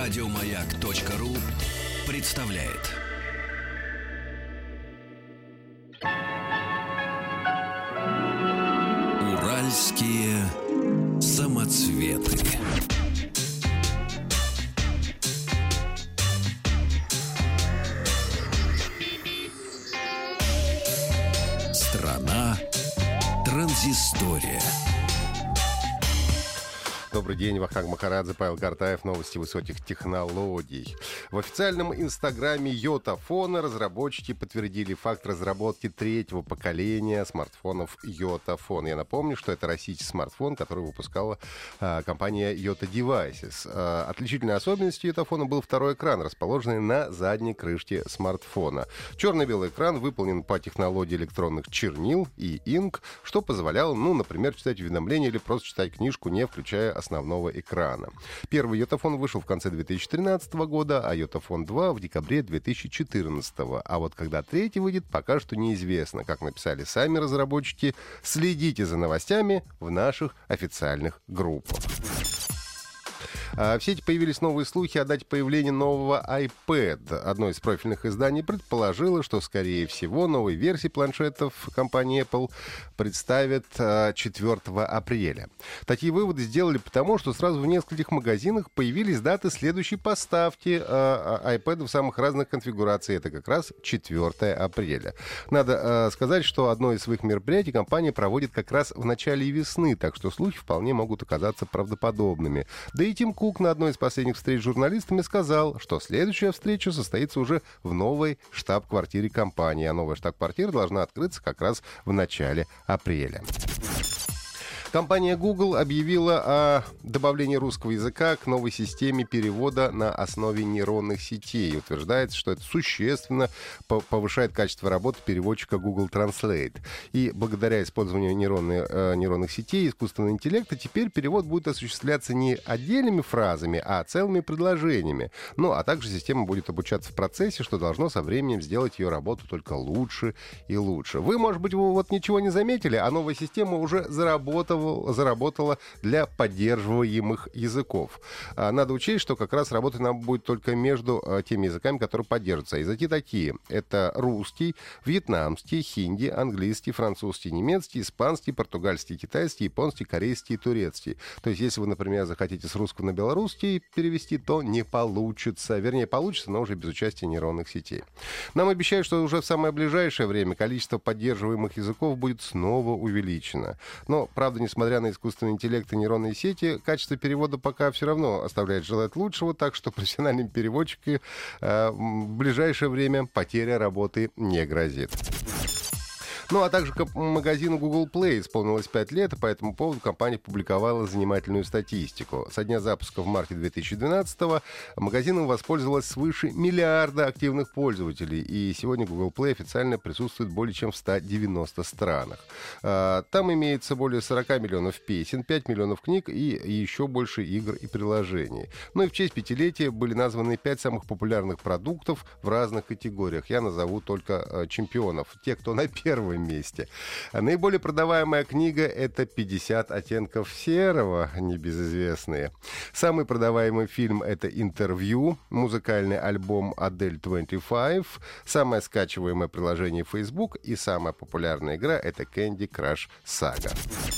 Радиомаяк.ру представляет. Уральские самоцветы. Страна транзистория. Добрый день, Вахтанг Махарадзе, Павел Картаев, новости высоких технологий. В официальном инстаграме Йотафона разработчики подтвердили факт разработки третьего поколения смартфонов Йотафон. Я напомню, что это российский смартфон, который выпускала компания Yota Devices. Отличительной особенностью Йотафона был второй экран, расположенный на задней крышке смартфона. Черно-белый экран выполнен по технологии электронных чернил и инк, что позволяло, например, читать уведомления или просто читать книжку, не включая основного экрана. Первый Йотафон вышел в конце 2013 года, а Йотафон 2 в декабре 2014. А вот когда третий выйдет, пока что неизвестно. Как написали сами разработчики, следите за новостями в наших официальных группах. В сети появились новые слухи о дате появления нового iPad. Одно из профильных изданий предположило, что, скорее всего, новые версии планшетов компании Apple представят 4 апреля. Такие выводы сделали потому, что сразу в нескольких магазинах появились даты следующей поставки iPad в самых разных конфигурациях. Это как раз 4 апреля. Надо сказать, что одно из своих мероприятий компания проводит как раз в начале весны, так что слухи вполне могут оказаться правдоподобными. Да и Тим Кук на одной из последних встреч с журналистами сказал, что следующая встреча состоится уже в новой штаб-квартире компании, а новая штаб-квартира должна открыться как раз в начале апреля. Компания Google объявила о добавлении русского языка к новой системе перевода на основе нейронных сетей. Утверждается, что это существенно повышает качество работы переводчика Google Translate. И благодаря использованию нейронных сетей и искусственного интеллекта теперь перевод будет осуществляться не отдельными фразами, а целыми предложениями. А также система будет обучаться в процессе, что должно со временем сделать ее работу только лучше и лучше. Вы, может быть, ничего не заметили, а новая система уже заработала для поддерживаемых языков. Надо учесть, что как раз работать нам будет только между теми языками, которые поддерживаются. Языки такие. Это русский, вьетнамский, хинди, английский, французский, немецкий, испанский, португальский, китайский, японский, корейский и турецкий. То есть, если вы, например, захотите с русского на белорусский перевести, то не получится. Вернее, получится, но уже без участия нейронных сетей. Нам обещают, что уже в самое ближайшее время количество поддерживаемых языков будет снова увеличено. Но, правда, несмотря на искусственный интеллект и нейронные сети, качество перевода пока все равно оставляет желать лучшего, так что профессиональным переводчикам в ближайшее время потеря работы не грозит. А также магазину Google Play исполнилось 5 лет, и по этому поводу компания публиковала занимательную статистику. Со дня запуска в марте 2012-го магазином воспользовалось свыше 1 миллиарда активных пользователей, и сегодня Google Play официально присутствует более чем в 190 странах. Там имеется более 40 миллионов песен, 5 миллионов книг и еще больше игр и приложений. И в честь пятилетия были названы 5 самых популярных продуктов в разных категориях. Я назову только чемпионов, те, кто на первом месте. Наиболее продаваемая книга — это «50 оттенков серого», небезызвестные. Самый продаваемый фильм — это «Интервью», музыкальный альбом «Адель 25», самое скачиваемое приложение Facebook и самая популярная игра — это «Candy Crush Saga».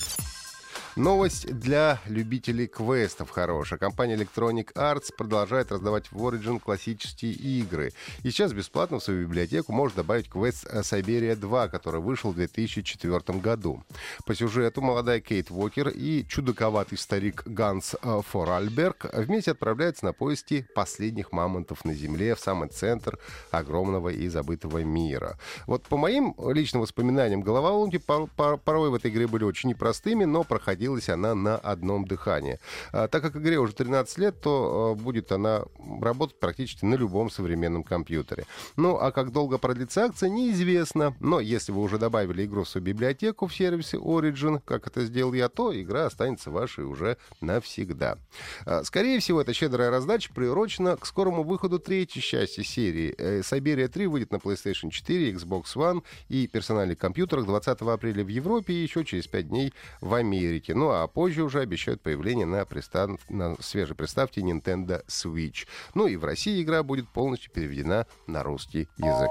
Новость для любителей квестов хорошая. Компания Electronic Arts продолжает раздавать в Origin классические игры. И сейчас бесплатно в свою библиотеку можно добавить квест Siberia 2, который вышел в 2004 году. По сюжету молодая Кейт Уокер и чудаковатый старик Ганс Форальберг вместе отправляются на поиски последних мамонтов на Земле в самый центр огромного и забытого мира. По моим личным воспоминаниям, головоломки порой в этой игре были очень непростыми, но проходили она на одном дыхании. Так как игре уже 13 лет, то будет она работать практически на любом современном компьютере. А как долго продлится акция, неизвестно. Но если вы уже добавили игру в свою библиотеку в сервисе Origin, как это сделал я, то игра останется вашей уже навсегда. Скорее всего, эта щедрая раздача приурочена к скорому выходу третьей части серии. Siberia 3 выйдет на PlayStation 4, Xbox One и персональных компьютерах 20 апреля в Европе и еще через 5 дней в Америке. версии. Ну а позже уже обещают появление на свежей приставке Nintendo Switch. Ну и в России игра будет полностью переведена на русский язык.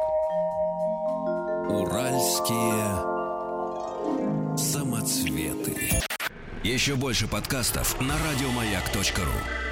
Уральские самоцветы. Еще больше подкастов на радиомаяк.ру.